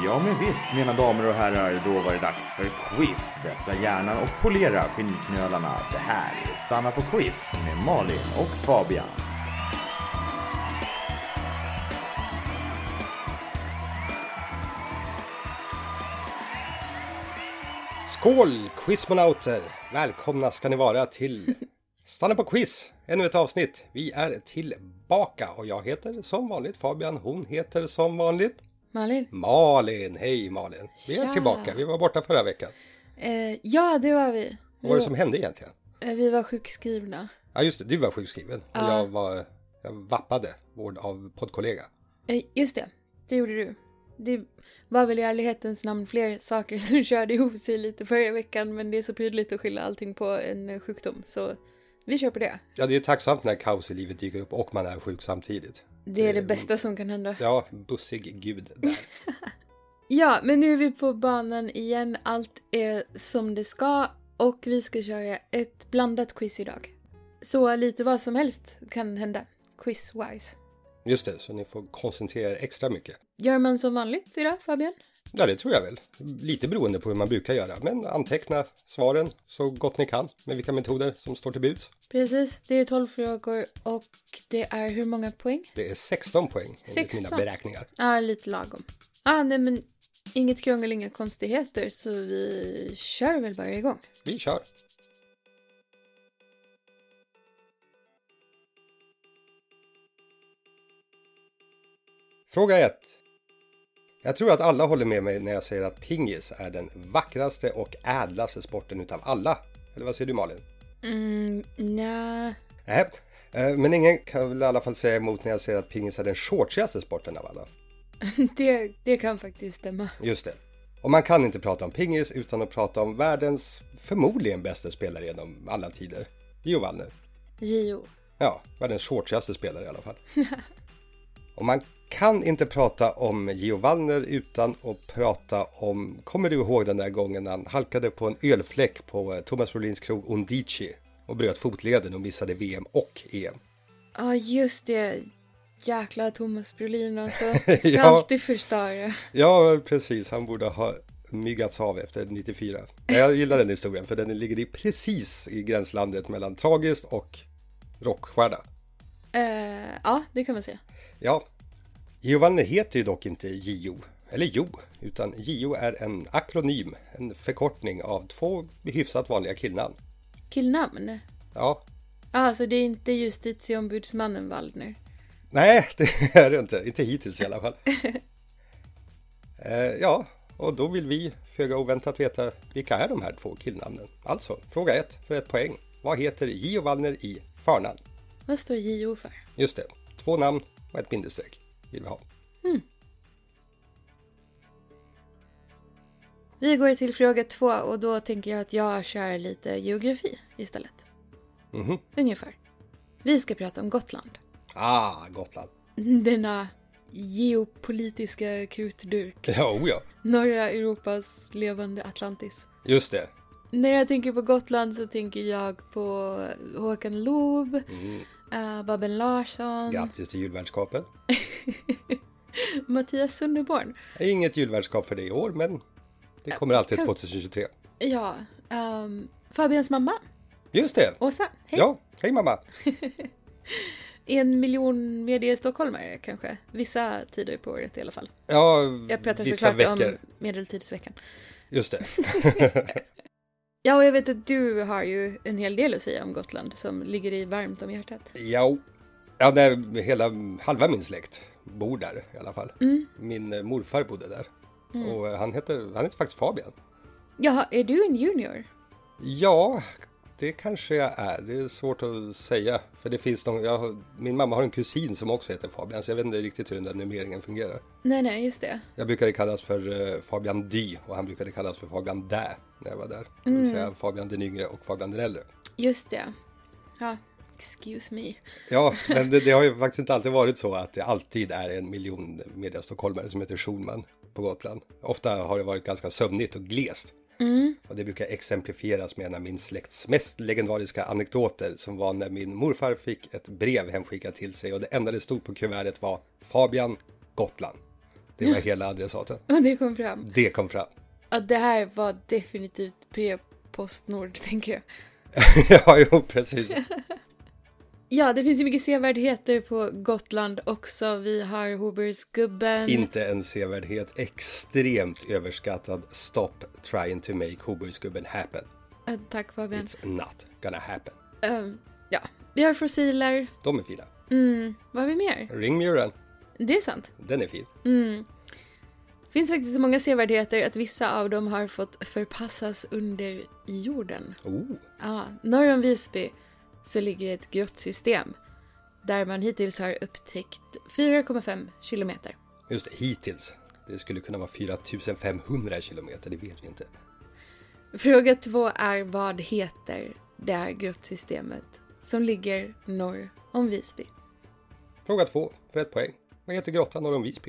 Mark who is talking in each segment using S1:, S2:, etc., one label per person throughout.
S1: Ja men visst, mina damer och herrar, då var det dags för quiz. Vässa hjärnan och polera skinnknölarna. Det här är Stanna på quiz med Malin och Fabian.
S2: Skål, quizmonauter! Välkomna ska ni vara till Stanna på quiz, ännu ett avsnitt. Vi är tillbaka och jag heter som vanligt Fabian, hon heter som vanligt Malin, hej Malin. Vi är tillbaka, vi var borta förra veckan.
S3: Ja, det var vi.
S2: Vad var det som hände egentligen?
S3: Vi var sjukskrivna.
S2: Ja just det, du var sjukskriven och jag vappade vård av poddkollega.
S3: Just det gjorde du. Det var väl i ärlighetens namn fler saker som körde ihop sig lite förra veckan, men det är så prydligt att skylla allting på en sjukdom, så vi kör på det.
S2: Ja, det är ju tacksamt när kaos i livet dyker upp och man är sjuk samtidigt.
S3: Det är det bästa som kan hända.
S2: Ja, bussig gud där.
S3: Ja, men nu är vi på banan igen. Allt är som det ska och vi ska köra ett blandat quiz idag. Så lite vad som helst kan hända, quiz-wise.
S2: Just det, så ni får koncentrera er extra mycket.
S3: Gör man som vanligt idag, Fabian?
S2: Ja, det tror jag väl. Lite beroende på hur man brukar göra. Men anteckna svaren så gott ni kan med vilka metoder som står till buds.
S3: Precis, det är 12 frågor och det är hur många poäng?
S2: Det är 16 poäng enligt mina beräkningar.
S3: Ja, lite lagom. Nej men inget krångel, inga konstigheter, så vi kör väl bara igång.
S2: Vi kör. Fråga 1. Jag tror att alla håller med mig när jag säger att pingis är den vackraste och ädlaste sporten utav alla. Eller vad säger du, Malin?
S3: Nej.
S2: Nej, men ingen kan väl i alla fall säga emot när jag säger att pingis är den shortsigaste sporten av alla.
S3: Det kan faktiskt stämma.
S2: Just det. Och man kan inte prata om pingis utan att prata om världens förmodligen bästa spelare genom alla tider. Gio Wallner.
S3: Gio.
S2: Ja, världens shortsigaste spelare i alla fall. Och man kan inte prata om Gio Wallner utan att prata om... Kommer du ihåg den där gången han halkade på en ölfläck på Thomas Brolins krog Undici och bröt fotleden och missade VM och EM?
S3: Ja, just det. Jäkla Thomas Brolin alltså. Ska alltid förstöra.
S2: Ja, precis. Han borde ha myggats av efter 94. Jag gillar den historien för den ligger precis i gränslandet mellan tragiskt och rockstjärna.
S3: Ja, det kan man säga.
S2: Ja, Gio Wallner heter ju dock inte Gio, eller Jo, utan Gio är en akronym, en förkortning av 2 hyfsat vanliga killnamn.
S3: Killnamn?
S2: Ja.
S3: Alltså det är inte justitieombudsmannen Wallner?
S2: Nej, det är det inte hittills i alla fall. Ja, och då vill vi föga oväntat veta vilka är de här 2 killnamnen. Alltså, fråga 1 för 1 poäng. Vad heter Gio Wallner i förnamn?
S3: Vad står Gio för?
S2: Just det, 2 namn och ett bindestreck vill vi ha.
S3: Vi går till fråga 2 och då tänker jag att jag kör lite geografi istället. Ungefär. Vi ska prata om Gotland.
S2: Gotland.
S3: Denna geopolitiska krutdurk.
S2: Ja.
S3: Norra Europas levande Atlantis.
S2: Just det.
S3: När jag tänker på Gotland så tänker jag på Håkan Loob, Babben Larsson.
S2: Grattis till julvärdskapen.
S3: Mattias Sunderborn.
S2: Inget julvärdskap för det i år, men det kommer alltid 2023.
S3: Ja, Fabians mamma.
S2: Just det.
S3: Åsa, hej.
S2: Ja, hej mamma.
S3: 1 miljon mediestockholmare kanske. Vissa tider på året i alla fall.
S2: Ja,
S3: jag pratar
S2: vissa
S3: såklart
S2: veckor.
S3: Om medeltidsveckan.
S2: Just det.
S3: Ja, och jag vet att du har ju en hel del att säga om Gotland som ligger i varmt om hjärtat.
S2: Ja, halva min släkt bor där i alla fall. Min morfar bodde där. Och han heter faktiskt Fabian.
S3: Ja, är du en junior?
S2: Ja, det kanske jag är. Det är svårt att säga. För det finns min mamma har en kusin som också heter Fabian. Så jag vet inte riktigt hur den där numeringen fungerar.
S3: Nej, just det.
S2: Jag brukade kallas för Fabian Dy och han brukade kallas för Fabian Dä när jag var där. Det vill säga Fabian den yngre och Fabian den äldre.
S3: Just det. Ja, excuse me.
S2: Ja, men det har ju faktiskt inte alltid varit så att det alltid är 1 miljon mediestockholmare som heter Schulman på Gotland. Ofta har det varit ganska sömnigt och glest. Och det brukar exemplifieras med en av min släkts mest legendariska anekdoter som var när min morfar fick ett brev hemskickat till sig och det enda det stod på kuvertet var Fabian, Gotland. Det var hela adressaten.
S3: Och det kom fram.
S2: Det kom fram.
S3: Ja, det här var definitivt pre-Postnord, tänker jag.
S2: Ja, jo, precis.
S3: Ja, det finns ju mycket sevärdheter på Gotland också. Vi har Hoburgsgubben.
S2: Inte en sevärdhet. Extremt överskattad. Stop trying to make Hoburgsgubben happen.
S3: Tack Fabian.
S2: It's not gonna happen.
S3: Ja, vi har fossiler.
S2: De är fina.
S3: Vad har vi mer?
S2: Ringmuren.
S3: Det är sant.
S2: Den är fin.
S3: Det finns faktiskt så många sevärdheter att vissa av dem har fått förpassas under jorden. Ja, norr om Visby så ligger ett grottsystem där man hittills har upptäckt 4,5 kilometer.
S2: Just det, hittills. Det skulle kunna vara 4500 kilometer, det vet vi inte.
S3: Fråga 2 är: vad heter det här grottsystemet som ligger norr om Visby?
S2: Fråga 2 för 1 poäng. Vad heter grottan norr om Visby?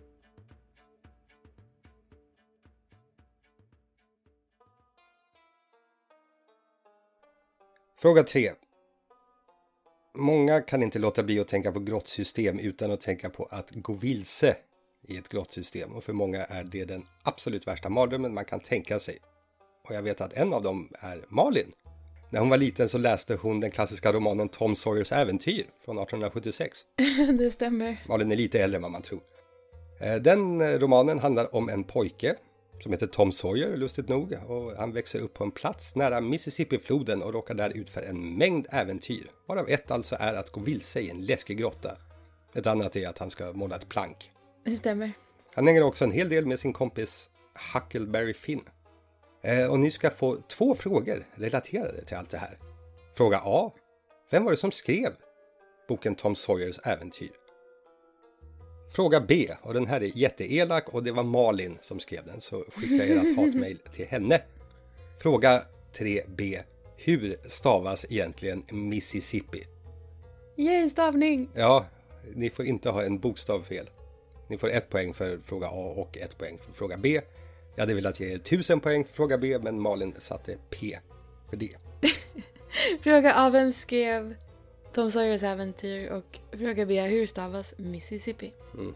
S2: Fråga 3. Många kan inte låta bli att tänka på grottsystem utan att tänka på att gå vilse i ett grottsystem. Och för många är det den absolut värsta mardrömmen man kan tänka sig. Och jag vet att en av dem är Malin. När hon var liten så läste hon den klassiska romanen Tom Sawyers äventyr från 1876.
S3: Det stämmer.
S2: Malin är lite äldre än vad man tror. Den romanen handlar om en pojke som heter Tom Sawyer, lustigt nog. Och han växer upp på en plats nära Mississippi-floden och råkar där ut för en mängd äventyr. Varav ett alltså är att gå vilse i en läskig grotta. Ett annat är att han ska måla ett plank.
S3: Det stämmer.
S2: Han hänger också en hel del med sin kompis Huckleberry Finn. Och ni ska få 2 frågor relaterade till allt det här. Fråga A. Vem var det som skrev boken Tom Sawyers äventyr? Fråga B. Och den här är jätteelak och det var Malin som skrev den. Så skicka ert hatmail till henne. Fråga 3B. Hur stavas egentligen Mississippi?
S3: Yay, stavning!
S2: Ja, ni får inte ha en bokstav fel. Ni får 1 poäng för fråga A och 1 poäng för fråga B. Jag hade velat ge er 1000 poäng för fråga B, men Malin satte P för det.
S3: Fråga A. Vem skrev Tom Sawyers äventyr? Och fråga B. Hur stavas Mississippi?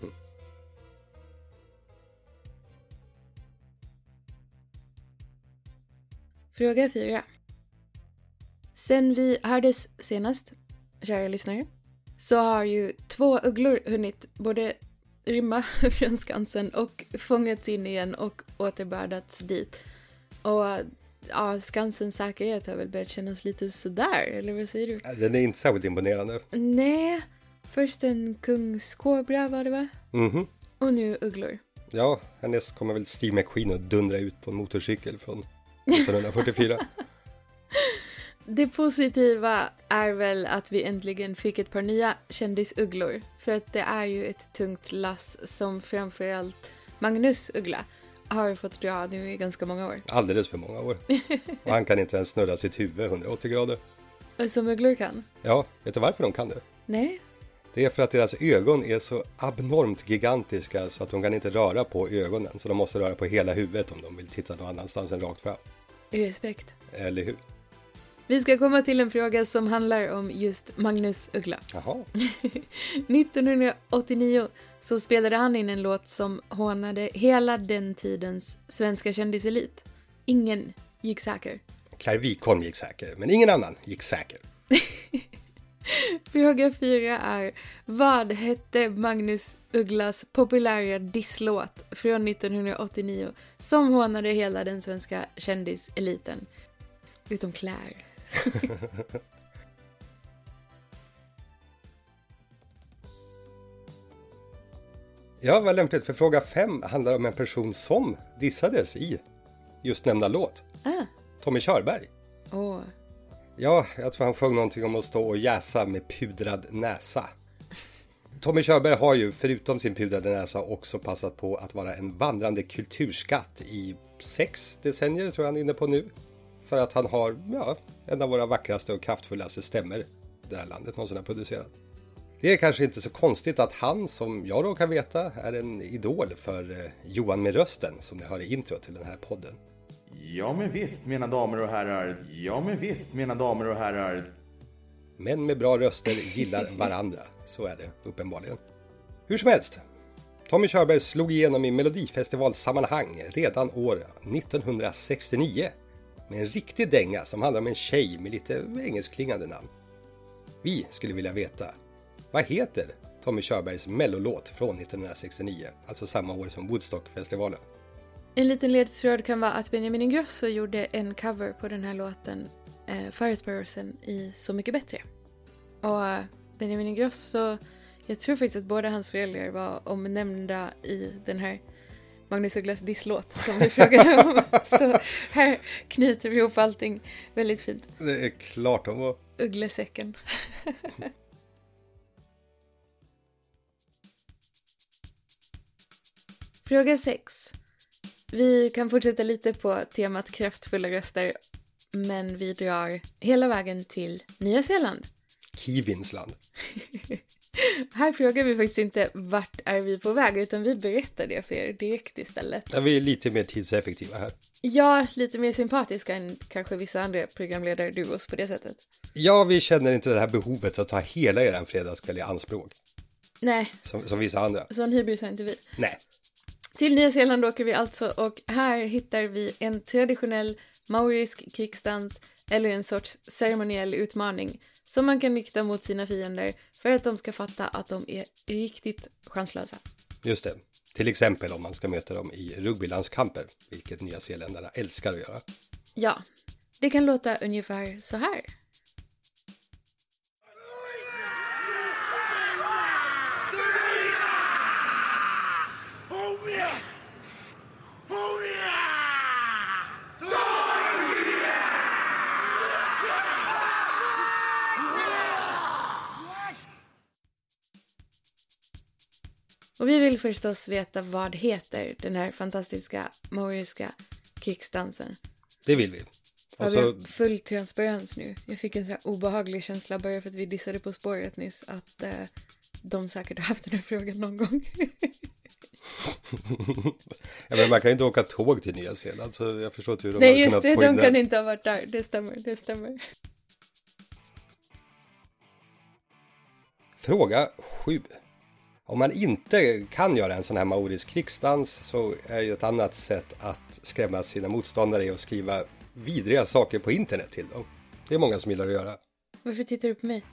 S3: Fråga 4. Sen vi hördes senast, kära lyssnare, så har ju 2 ugglor hunnit både rymma från Skansen och fångats in igen och återbärdats dit. Och ja, Skansens säkerhet har väl börjat kännas lite sådär, eller vad säger du?
S2: Den är inte särskilt imponerande.
S3: Nej, först en kungskobra var det va? Och nu ugglor.
S2: Ja, härnäst kommer väl Steve McQueen att dundra ut på en motorcykel från 1944.
S3: Det positiva är väl att vi äntligen fick ett par nya kändisugglor. För att det är ju ett tungt lass som framförallt Magnus Uggla har fått dra nu i ganska många år.
S2: Alldeles för många år. Och han kan inte ens snurra sitt huvud 180 grader.
S3: Som ugglor kan?
S2: Ja, vet du varför de kan det?
S3: Nej.
S2: Det är för att deras ögon är så abnormt gigantiska så att de kan inte röra på ögonen. Så de måste röra på hela huvudet om de vill titta någon annanstans än rakt fram.
S3: Respekt.
S2: Eller hur?
S3: Vi ska komma till en fråga som handlar om just Magnus Uggla.
S2: Jaha.
S3: 1989 så spelade han in en låt som hånade hela den tidens svenska kändiselit. Ingen gick säker.
S2: Claire Wikholm gick säker, men ingen annan gick säker.
S3: Fråga 4 är: vad hette Magnus Ugglas populära disslåt från 1989 som hånade hela den svenska kändiseliten? Utom Claire.
S2: Ja, vad lämpligt, för fråga 5 handlar om en person som dissades i just nämnda låt. Tommy Körberg. Ja, jag tror han sjöng någonting om att stå och jäsa med pudrad näsa. Tommy Körberg har ju förutom sin pudrade näsa också passat på att vara en vandrande kulturskatt i 6 decennier tror jag han är inne på nu. För att han har en av våra vackraste och kraftfullaste stämmer det här landet någonsin har producerat. Det är kanske inte så konstigt att han, som jag råkar veta, är en idol för Johan med rösten som ni hör i intro till den här podden.
S1: Ja men visst mina damer och herrar, ja men visst mina damer och herrar.
S2: Män med bra röster gillar varandra, så är det uppenbarligen. Hur som helst, Tommy Körberg slog igenom i Melodifestivalsammanhang redan år 1969 med en riktig dänga som handlar om en tjej med lite engelskklingande namn. Vi skulle vilja veta, vad heter Tommy Körbergs mellolåt från 1969, alltså samma år som Woodstockfestivalen?
S3: En liten ledtråd kan vara att Benjamin Ingrosso gjorde en cover på den här låten för ett par år sedan i Så mycket bättre. Och Benjamin Ingrosso, jag tror faktiskt att båda hans föräldrar var omnämnda i den här Magnus Ugglas disslåt som vi frågade om. Så här knyter vi ihop allting väldigt fint.
S2: Det är klart de var.
S3: Ugglesäcken. Fråga 6. Vi kan fortsätta lite på temat kraftfulla röster, men vi drar hela vägen till Nya Zeeland.
S2: Kivinsland.
S3: Här frågar vi faktiskt inte vart är vi på väg, utan vi berättar det för er direkt istället.
S2: Ja, vi är lite mer tidseffektiva här.
S3: Ja, lite mer sympatiska än kanske vissa andra programledarduos på det sättet.
S2: Ja, vi känner inte det här behovet att ta hela eran fredagskväll i anspråk.
S3: Nej.
S2: Som vissa andra.
S3: Sån hybris har inte vi.
S2: Nej.
S3: Till Nya Zeeland åker vi alltså, och här hittar vi en traditionell maorisk krigsdans eller en sorts ceremoniell utmaning som man kan rikta mot sina fiender för att de ska fatta att de är riktigt chanslösa.
S2: Just det. Till exempel om man ska möta dem i rugbylandskamper, vilket nya zeeländarna älskar att göra.
S3: Ja, det kan låta ungefär så här. Och vi vill förstås veta vad heter den här fantastiska maoriska krigsdansen.
S2: Det vill vi.
S3: Har vi full transparens nu? Jag fick en så här obehaglig känsla bara för att vi dissade På spåret nyss att de säkert har haft den här frågan någon gång.
S2: Ja, men man kan ju inte åka tåg till Nya Zeeland, så jag förstår inte hur de
S3: Nej,
S2: har
S3: just
S2: kunnat
S3: det,
S2: få
S3: de
S2: in
S3: kan
S2: det.
S3: inte ha varit där. Det stämmer.
S2: Fråga 7. Om man inte kan göra en sån här maorisk krigsdans så är ju ett annat sätt att skrämma sina motståndare och skriva vidriga saker på internet till dem. Det är många som gillar att göra.
S3: Varför tittar du på mig?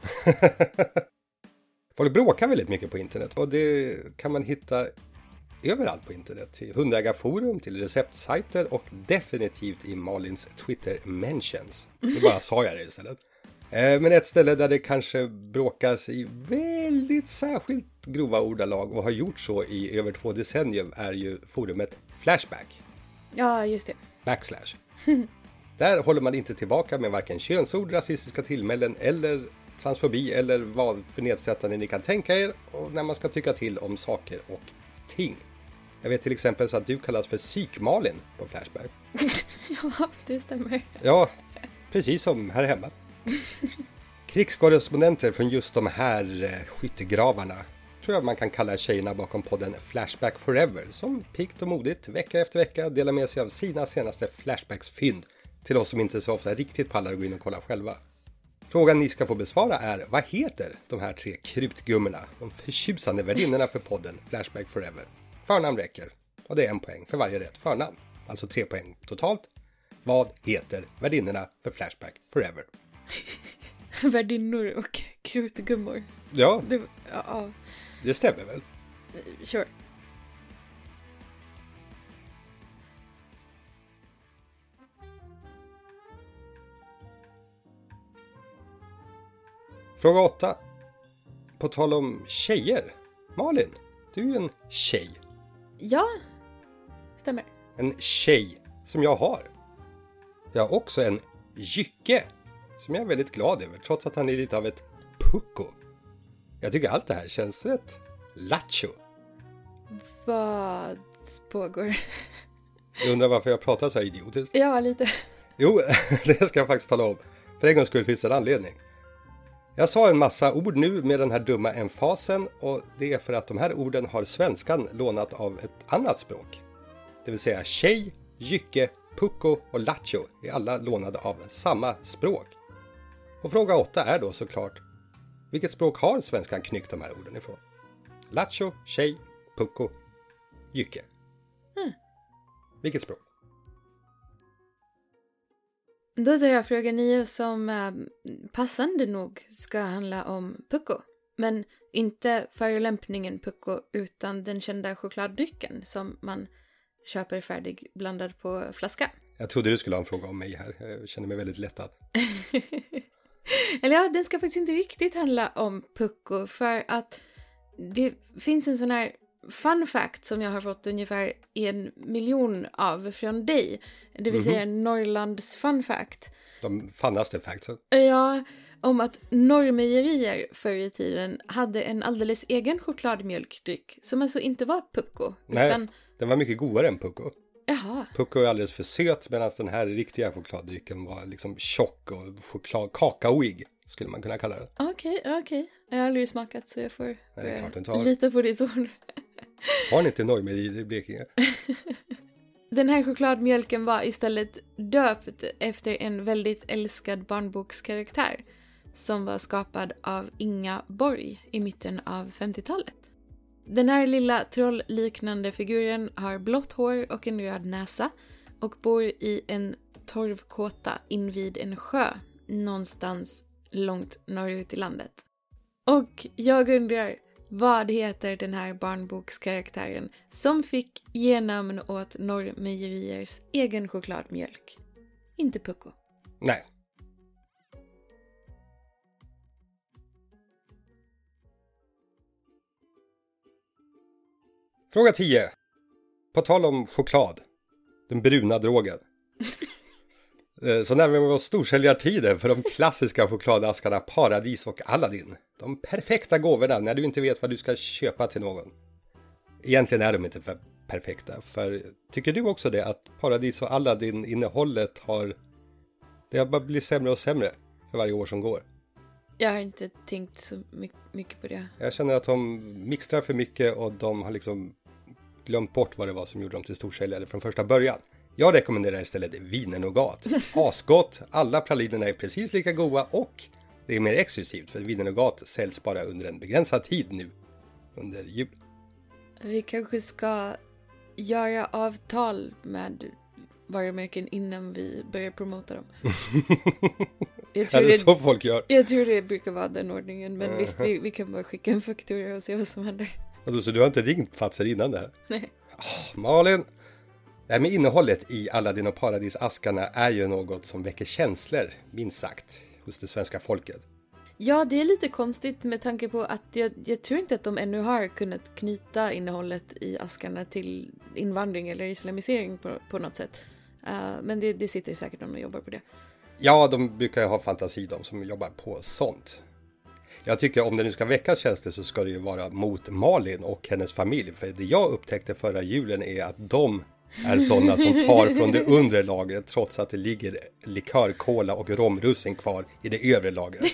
S2: Folk bråkar väldigt mycket på internet och det kan man hitta överallt på internet. Till hundägarforum, till receptsajter och definitivt i Malins Twitter-mentions. Nu bara sa jag det istället. Men ett ställe där det kanske bråkas i väldigt särskilt grova ordalag och har gjort så i över 2 decennier är ju forumet Flashback.
S3: Ja, just det.
S2: Backslash. Där håller man inte tillbaka med varken könsord, rasistiska tillmälen eller transfobi eller vad för nedsättande ni kan tänka er och när man ska tycka till om saker och ting. Jag vet till exempel så att du kallas för Psykmalin på Flashback.
S3: Ja, det stämmer.
S2: Ja, precis som här hemma. Krigskorrespondenter från just de här skyttegravarna tror jag man kan kalla tjejerna bakom podden Flashback Forever som pikt och modigt vecka efter vecka delar med sig av sina senaste Flashbacks-fynd till oss som inte så ofta riktigt pallar att gå in och kolla själva. Frågan ni ska få besvara är, vad heter de här 3 krutgummorna, de förtjusande värdinnorna för podden Flashback Forever? Förnamn räcker och det är 1 poäng för varje rätt förnamn, alltså 3 poäng totalt. Vad heter värdinnorna för Flashback Forever?
S3: Värdinnor och krutgummor.
S2: Ja,
S3: Ja,
S2: det stämmer väl?
S3: sure.
S2: Fråga 8. På tal om tjejer. Malin, du är ju en tjej.
S3: Ja, stämmer.
S2: En tjej som jag har. Jag har också en jycke som jag är väldigt glad över trots att han är lite av ett pucko. Jag tycker allt det här känns rätt lattjo.
S3: Vad pågår?
S2: Jag undrar varför jag pratar så här idiotiskt.
S3: Ja, lite.
S2: Jo, det ska jag faktiskt tala om. För en gång skulle finns en anledning. Jag sa en massa ord nu med den här dumma emfasen och det är för att de här orden har svenskan lånat av ett annat språk. Det vill säga tjej, jycke, pucko och lattjo är alla lånade av samma språk. Och fråga 8 är då såklart, vilket språk har svenskan knyckt de här orden ifrån? Lattjo, tjej, Pucko. Jycke. Vilket språk?
S3: Då tar jag fråga 9 som passande nog ska handla om Pucko. Men inte förolämpningen Pucko utan den kända chokladdrycken som man köper färdig blandad på flaska.
S2: Jag trodde du skulle ha en fråga om mig här. Jag känner mig väldigt lättad.
S3: Eller ja, den ska faktiskt inte riktigt handla om Pucko för att det finns en sån här fun fact som jag har fått ungefär 1 miljon av från dig. Det vill säga Norrlands fun fact.
S2: De funnaste factsen.
S3: Ja, om att Norrmejerier förr i tiden hade en alldeles egen chokladmjölkdryck som alltså inte var Pucko.
S2: Nej,
S3: utan...
S2: den var mycket godare än Pucko.
S3: Jaha.
S2: Pucko är alldeles för söt medan den här riktiga chokladdrycken var liksom tjock och kakaoig skulle man kunna kalla det.
S3: Okej. Jag har aldrig smakat så jag får
S2: Nej, det är klart inte har.
S3: lita på ditt ord.
S2: Har ni inte Norrmejerier i Blekinge?
S3: Den här chokladmjölken var istället döpt efter en väldigt älskad barnbokskaraktär som var skapad av Inga Borg i mitten av 50-talet. Den här lilla trollliknande figuren har blått hår och en röd näsa och bor i en torvkåta invid en sjö någonstans långt norrut i landet. Och jag undrar, vad heter den här barnbokskaraktären som fick ge namn åt Norrmejeriers egen chokladmjölk? Inte Pucko.
S2: Nej. Fråga 10. På tal om choklad. Den bruna drogen. Så närmar vi oss storsäljartider för de klassiska chokladaskarna Paradis och Aladdin. De perfekta gåvorna när du inte vet vad du ska köpa till någon. Egentligen är de inte för perfekta. För tycker du också det att Paradis och Aladdin innehållet det har bara blivit sämre och sämre för varje år som går?
S3: Jag har inte tänkt så mycket på det.
S2: Jag känner att de mixtrar för mycket och de har liksom glömt bort vad det var som gjorde dem till storsäljare från första början. Jag rekommenderar istället Wiener-nougat. Asgott, alla pralinerna är precis lika goda och det är mer exklusivt för Wiener-nougat säljs bara under en begränsad tid nu under jul. Vi
S3: kanske ska göra avtal med varumärken innan vi börjar promota dem.
S2: Är det så folk gör?
S3: Jag tror det brukar vara den ordningen, men visst, vi kan bara skicka en faktura och se vad som händer.
S2: Så du har inte ringt platser innan det här?
S3: Nej.
S2: Malin! Det här med innehållet i Aladdin och Paradis-askarna är ju något som väcker känslor, minst sagt, hos det svenska folket.
S3: Ja, det är lite konstigt med tanke på att jag tror inte att de ännu har kunnat knyta innehållet i askarna till invandring eller islamisering på något sätt. Men det sitter säkert om de jobbar på det.
S2: Ja, de brukar ju ha fantasi, de som jobbar på sånt. Jag tycker om det nu ska väckas tjänster så ska det ju vara mot Malin och hennes familj. För det jag upptäckte förra julen är att de är sådana som tar från det undre lagret trots att det ligger likörkola och romrussin kvar i det övre lagret.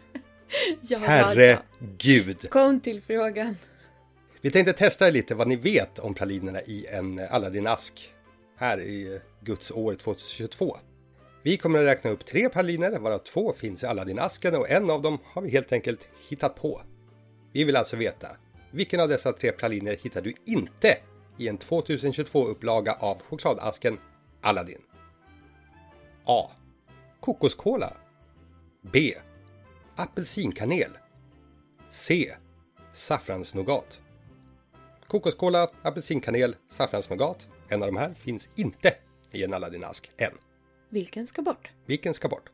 S2: Herregud!
S3: Kom till frågan.
S2: Vi tänkte testa lite vad ni vet om pralinerna i en Aladdin-ask här i Guds år 2022. Vi kommer att räkna upp 3 praliner, varav 2 finns i Aladdin-asken och en av dem har vi helt enkelt hittat på. Vi vill alltså veta, vilken av dessa 3 praliner hittar du inte i en 2022-upplaga av chokladasken Aladdin? A. Kokoskola. B. Apelsinkanel. C. Saffransnougat. Kokoskola, apelsinkanel, saffransnougat. En av de här finns inte i en Aladdin-ask än.
S3: Vilken ska bort?
S2: Vilken ska bort?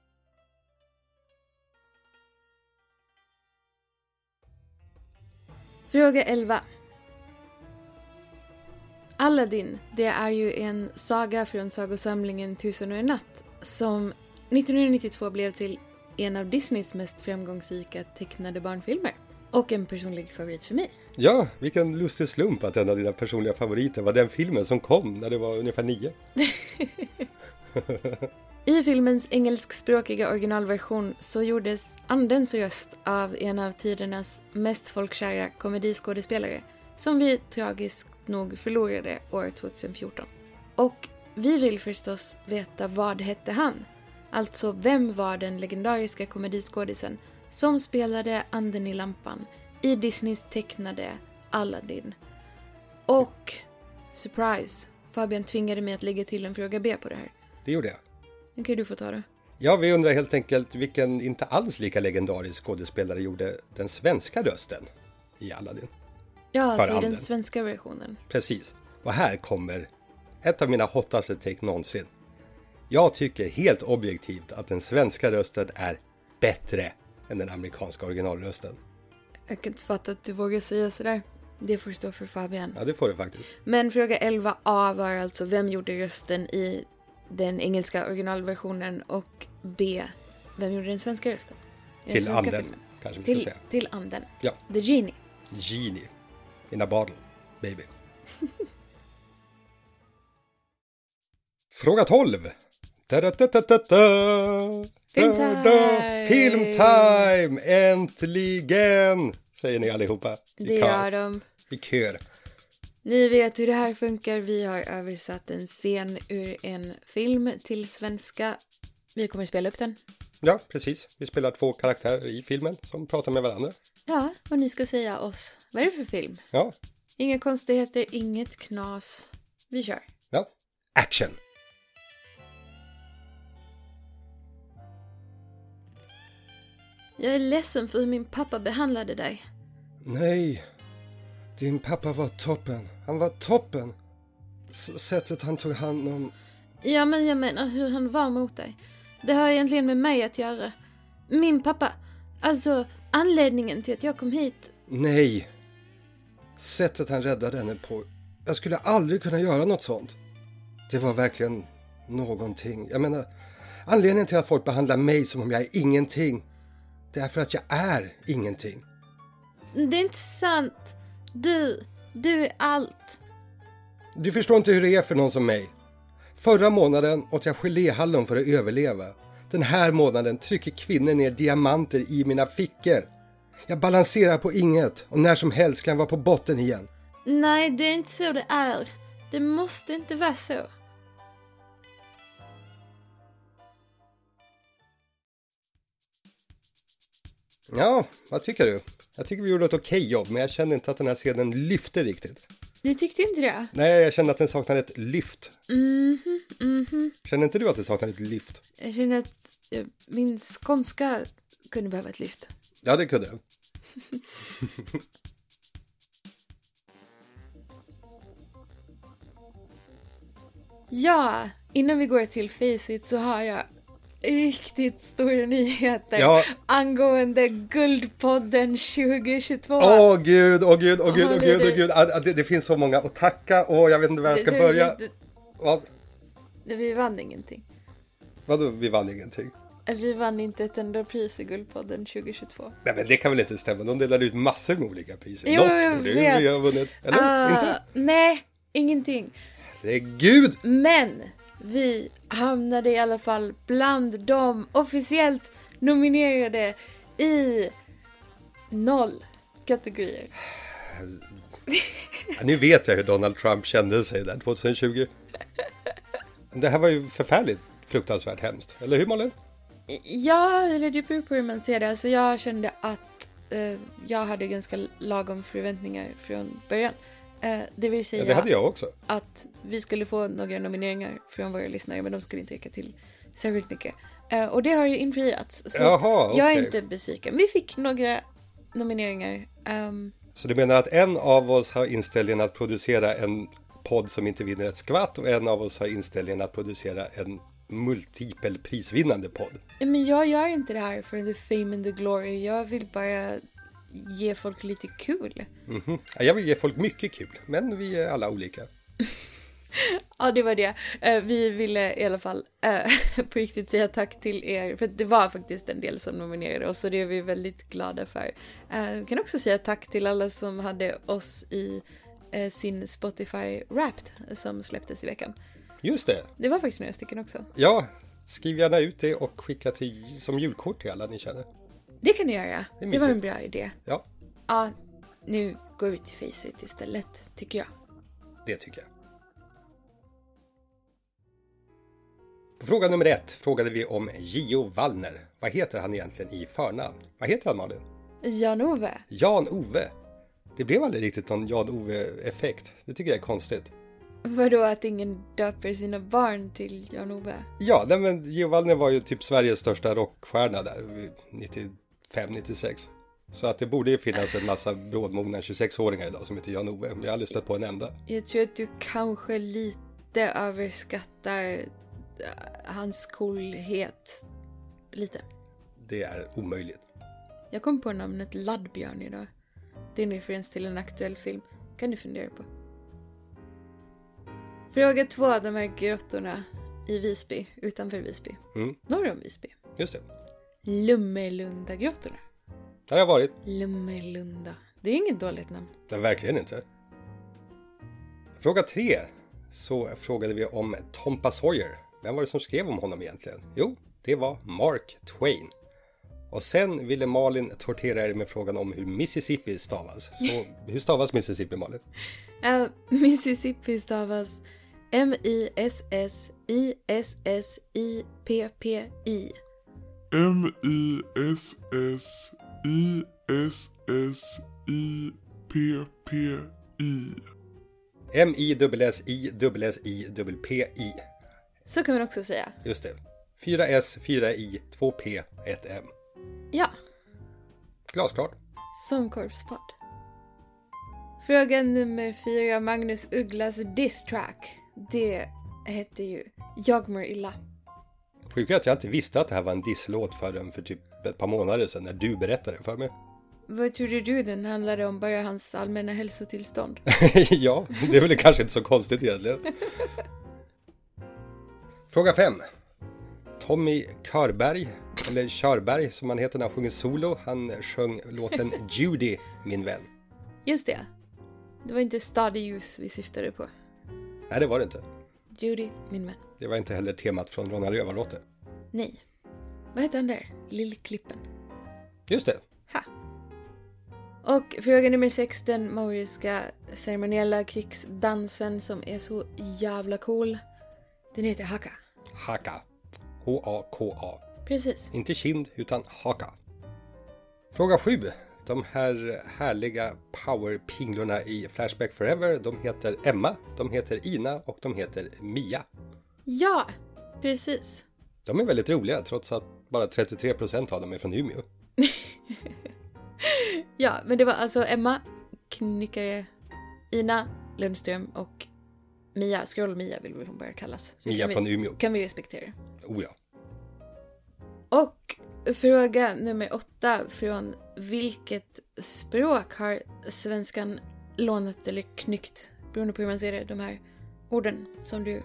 S3: Fråga 11. Aladdin, det är ju en saga från sagosamlingen Tusen och en natt som 1992 blev till en av Disneys mest framgångsrika tecknade barnfilmer. Och en personlig favorit för mig.
S2: Ja, vilken lustig slump att en av dina personliga favoriter var den filmen som kom när det var ungefär 9.
S3: I filmens engelskspråkiga originalversion så gjordes andens röst av en av tidernas mest folkkära komediskådespelare som vi tragiskt nog förlorade år 2014. Och vi vill förstås veta vad hette han? Alltså vem var den legendariska komediskådisen som spelade anden i lampan i Disneys tecknade Aladdin. Och, surprise, Fabian tvingade mig att lägga till en fråga B på det här.
S2: Det gjorde jag.
S3: Nu kan du få ta det.
S2: Ja, vi undrar helt enkelt vilken inte alls lika legendarisk skådespelare gjorde den svenska rösten i Aladdin.
S3: Ja, alltså i
S2: Anden.
S3: den svenska versionen.
S2: Precis. Och här kommer ett av mina hottaste take någonsin. Jag tycker helt objektivt att den svenska rösten är bättre än den amerikanska originalrösten.
S3: Jag kan inte fatta att du vågar säga sådär. Det får stå för Fabian.
S2: Ja, det får det faktiskt.
S3: Men fråga 11A var alltså vem gjorde rösten i den engelska originalversionen och B, vem gjorde den svenska rösten? I den
S2: Till
S3: svenska
S2: anden,
S3: filmen?
S2: kanske vi ska säga.
S3: Till anden.
S2: Ja.
S3: The Genie.
S2: Genie. In a bottle, baby. Fråga 12.
S3: Filmtime!
S2: Filmtime! Äntligen! Säger ni allihopa.
S3: Det gör de.
S2: I kör.
S3: Ni vet hur det här funkar. Vi har översatt en scen ur en film till svenska. Vi kommer spela upp den.
S2: Ja, precis. Vi spelar 2 karaktärer i filmen som pratar med varandra.
S3: Ja, och ni ska säga oss. Vad är det för film?
S2: Ja.
S3: Inga konstigheter, inget knas. Vi kör.
S2: Ja. Action!
S3: Jag är ledsen för hur min pappa behandlade dig.
S2: Nej. Din pappa var toppen. Han var toppen. Sättet han tog hand om...
S3: Ja, men jag menar hur han var mot dig. Det har egentligen med mig att göra. Min pappa. Alltså, anledningen till att jag kom hit.
S2: Nej. Sättet han räddade henne på. Jag skulle aldrig kunna göra något sånt. Det var verkligen någonting. Jag menar, anledningen till att folk behandlar mig som om jag är ingenting. Det är för att jag är ingenting.
S3: Det är inte sant. Du är allt.
S2: Du förstår inte hur det är för någon som mig. Förra månaden åt jag geléhallon för att överleva. Den här månaden trycker kvinnor ner diamanter i mina fickor. Jag balanserar på inget och när som helst kan jag vara på botten igen.
S3: Nej, det är inte så det är. Det måste inte vara så.
S2: Ja, vad tycker du? Jag tycker vi gjorde ett okej jobb, men jag kände inte att den här scenen lyfte riktigt.
S3: Du tyckte inte det?
S2: Nej, jag kände att den saknade ett lyft. Känner inte du att det saknade ett lyft?
S3: Jag känner att min skånska kunde behöva ett lyft.
S2: Ja, det kunde jag.
S3: Ja, innan vi går till Faceit så har jag riktigt stora nyheter angående Guldpodden 2022.
S2: Åh gud. Det finns så många att tacka och jag vet inte var jag ska börja. Vad?
S3: Vi vann ingenting.
S2: Vadå, vi vann ingenting?
S3: Vi vann inte ett enda pris i Guldpodden 2022.
S2: Nej, men det kan väl inte stämma. De delade ut massor med olika priser.
S3: Jo, jag vet.
S2: Vi har vunnit. Eller? Inte?
S3: Nej, ingenting.
S2: Herregud!
S3: Men vi hamnade i alla fall bland de officiellt nominerade i 0 kategorier.
S2: Ja, nu vet jag hur Donald Trump kände sig där 2020. Det här var ju förfärligt fruktansvärt hemskt. Eller hur, Malin?
S3: Ja, eller det beror på hur man ser det. Alltså jag kände att jag hade ganska lagom förväntningar från början. Det vill säga
S2: det hade jag också.
S3: Att vi skulle få några nomineringar från våra lyssnare, men de skulle inte räcka till särskilt mycket. Och det har ju infriats. Så jag är inte besviken. Vi fick några nomineringar.
S2: Så du menar att en av oss har inställningen att producera en podd som inte vinner ett skvatt och en av oss har inställningen att producera en multipel prisvinnande podd?
S3: Men jag gör inte det här för the fame and the glory. Jag vill bara ge folk lite kul.
S2: Jag vill ge folk mycket kul, men vi är alla olika.
S3: Ja, det var det. Vi ville i alla fall på riktigt säga tack till er. För det var faktiskt en del som nominerade oss och det är vi väldigt glada för. Vi kan också säga tack till alla som hade oss i sin Spotify Wrapped som släpptes i veckan.
S2: Just det.
S3: Det var faktiskt några stycken också.
S2: Ja, skriv gärna ut det och skicka som julkort till alla ni känner.
S3: Det kan ni göra. Det var en bra idé.
S2: Ja.
S3: Ja, nu går vi till Faceit istället, tycker jag.
S2: Det tycker jag. På fråga nummer 1 frågade vi om Gio Wallner. Vad heter han egentligen i förnamn? Vad heter han, Malin?
S3: Jan-Ove.
S2: Jan-Ove. Det blev aldrig riktigt någon Jan-Ove-effekt. Det tycker jag är konstigt.
S3: Vadå att ingen döper sina barn till Jan-Ove?
S2: Ja, men Giovanni var ju typ Sveriges största rockstjärna där 95-96. Så att det borde ju finnas en massa brådmogna 26-åringar idag som heter Jan-Ove. Men jag har aldrig stött på en enda.
S3: Jag tror att du kanske lite överskattar hans coolhet. Lite.
S2: Det är omöjligt.
S3: Jag kom på namnet Laddbjörn idag. Det är en referens till en aktuell film. Kan du fundera på. Fråga 2. De här grottorna i Visby, utanför Visby. Norr om Visby.
S2: Just det.
S3: Lummelunda-grottorna.
S2: Där har jag varit.
S3: Lummelunda. Det är inget dåligt namn.
S2: Det är verkligen inte. Fråga 3. Så frågade vi om Tompa Sawyer. Vem var det som skrev om honom egentligen? Jo, det var Mark Twain. Och sen ville Malin tortera er med frågan om hur Mississippi stavas. Så hur stavas Mississippi, Malin?
S3: Mississippi stavas M-I-S-S-I-S-S-I-P-P-I.
S4: M-I-S-S-I-S-S-I-P-P-I.
S2: M-I-S-S-I-S-S-I-P-P-I.
S3: Så kan man också säga.
S2: Just det. 4 S, 4 I, 2 P, 1 M.
S3: Ja.
S2: Glasklart.
S3: Som korpspodd. Fråga nummer 4. Magnus Ugglas diss track. Det heter ju Jag mår illa.
S2: Sjukt att jag inte visste att det här var en disslåt förrän för typ ett par månader sedan när du berättade för mig.
S3: Vad trodde du den handlade om? Bara hans allmänna hälsotillstånd?
S2: Ja, det är väl kanske inte så konstigt egentligen. Fråga 5. Tommy Körberg, eller Körberg som han heter när han sjunger solo. Han sjöng låten Judy, min vän.
S3: Just det. Det var inte Stadius vi syftade på.
S2: Nej, det var det inte.
S3: Judy, min vän.
S2: Det var inte heller temat från Ronald Rövarlåter.
S3: Nej. Vad heter han där? Lillklippen.
S2: Just det.
S3: Ha. Och fråga nummer 6. Den mauriska ceremoniella krigsdansen som är så jävla cool. Den heter Haka.
S2: Haka. H-A-K-A.
S3: Precis.
S2: Inte kind utan haka. Fråga 7. De här härliga powerpinglorna i Flashback Forever, de heter Emma, de heter Ina och de heter Mia.
S3: Ja, precis.
S2: De är väldigt roliga trots att bara 33% av dem är från Umeå.
S3: Ja, men det var alltså Emma, Knyckare, Ina, Lundström och Mia, Skroll-Mia vill hon bara kallas. Så
S2: Mia från Umeå.
S3: Kan vi respektera.
S2: Oh ja.
S3: Och fråga nummer 8. Från vilket språk har svenskan lånat eller knyckt, beroende på hur man ser det, de här orden som du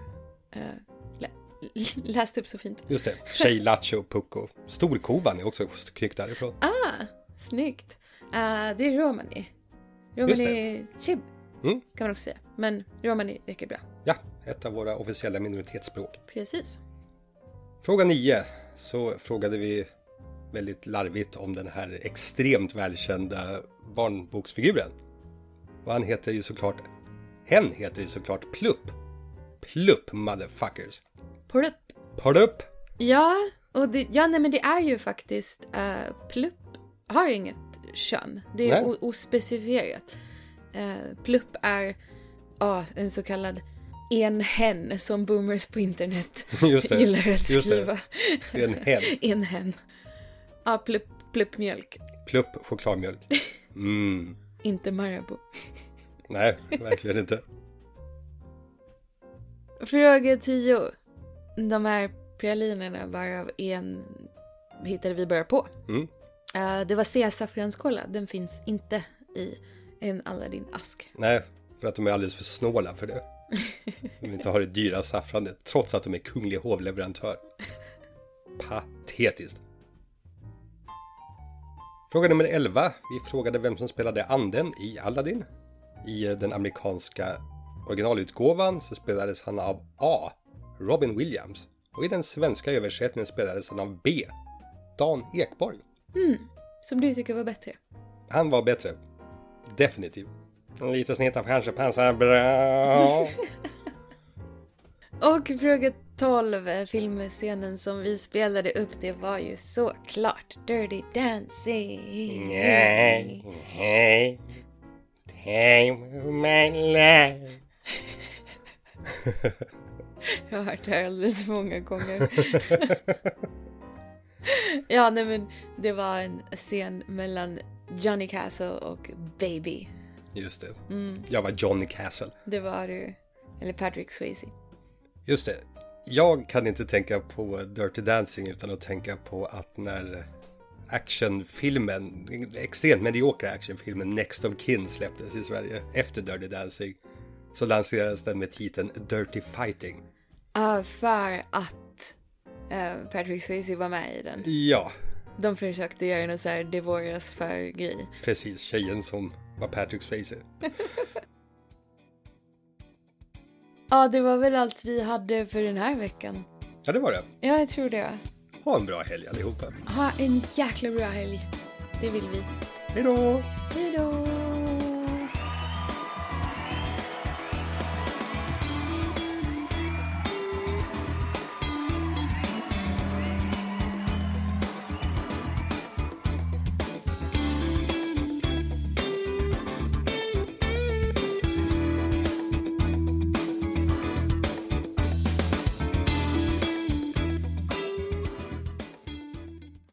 S3: läste upp så fint.
S2: Just det. Tjej, Lattjo, Pucko. Storkovan är också knyckt därifrån.
S3: Snyggt. Det är romani. Romani chib kan man också säga. Men romani räcker bra.
S2: Ja, ett av våra officiella minoritetsspråk.
S3: Precis.
S2: Fråga 9. Så frågade vi väldigt larvigt om den här extremt välkända barnboksfiguren. Och hen heter ju såklart Plupp. Plupp, motherfuckers. Plupp.
S3: Ja, och men det är ju faktiskt Plupp har inget kön. Det är ospecifierat. Plupp är en så kallad en hen som boomers på internet gillar att skriva.
S2: En hen.
S3: En hen. Ja, pluppmjölk.
S2: Plupp chokladmjölk.
S3: Inte Marabou.
S2: Nej, verkligen inte.
S3: Fråga 10. De här pralinerna varav en hittade vi bara på. Det var C-saffranskola. Den finns inte i en Aladdin-ask.
S2: Nej, för att de är alldeles för snåla för det. De inte har det dyra saffranet, trots att de är kunglig hovleverantör. Patetiskt. Fråga nummer 11. Vi frågade vem som spelade anden i Aladdin. I den amerikanska originalutgåvan så spelades han av A. Robin Williams. Och i den svenska översättningen spelades han av B. Dan Ekborg.
S3: Som du tycker var bättre.
S2: Han var bättre. Definitivt. En liten snitt av kanske passar bra.
S3: Och fråga 12. Filmscenen som vi spelade upp, det var ju såklart Dirty Dancing.
S2: Nej. Hey, my love.
S3: Jag har hört det här alldeles för många gånger. Ja, nej men det var en scen mellan Johnny Castle och Baby.
S2: Just det. Jag var Johnny Castle.
S3: Det var du. Eller Patrick Swayze.
S2: Just det. Jag kan inte tänka på Dirty Dancing utan att tänka på att när actionfilmen, extremt mediokra actionfilmen Next of Kin släpptes i Sverige efter Dirty Dancing, så lanserades den med titeln Dirty Fighting.
S3: För att Patrick Swayze var med i den.
S2: Ja.
S3: De försökte göra något så här Divorce för grej.
S2: Precis, tjejen som var Patrick Swayze.
S3: Ja, det var väl allt vi hade för den här veckan.
S2: Ja, det var det.
S3: Ja, jag tror det.
S2: Ha en bra helg allihopa.
S3: Ha en jäkla bra helg. Det vill vi.
S2: Hej då!
S3: Hej då!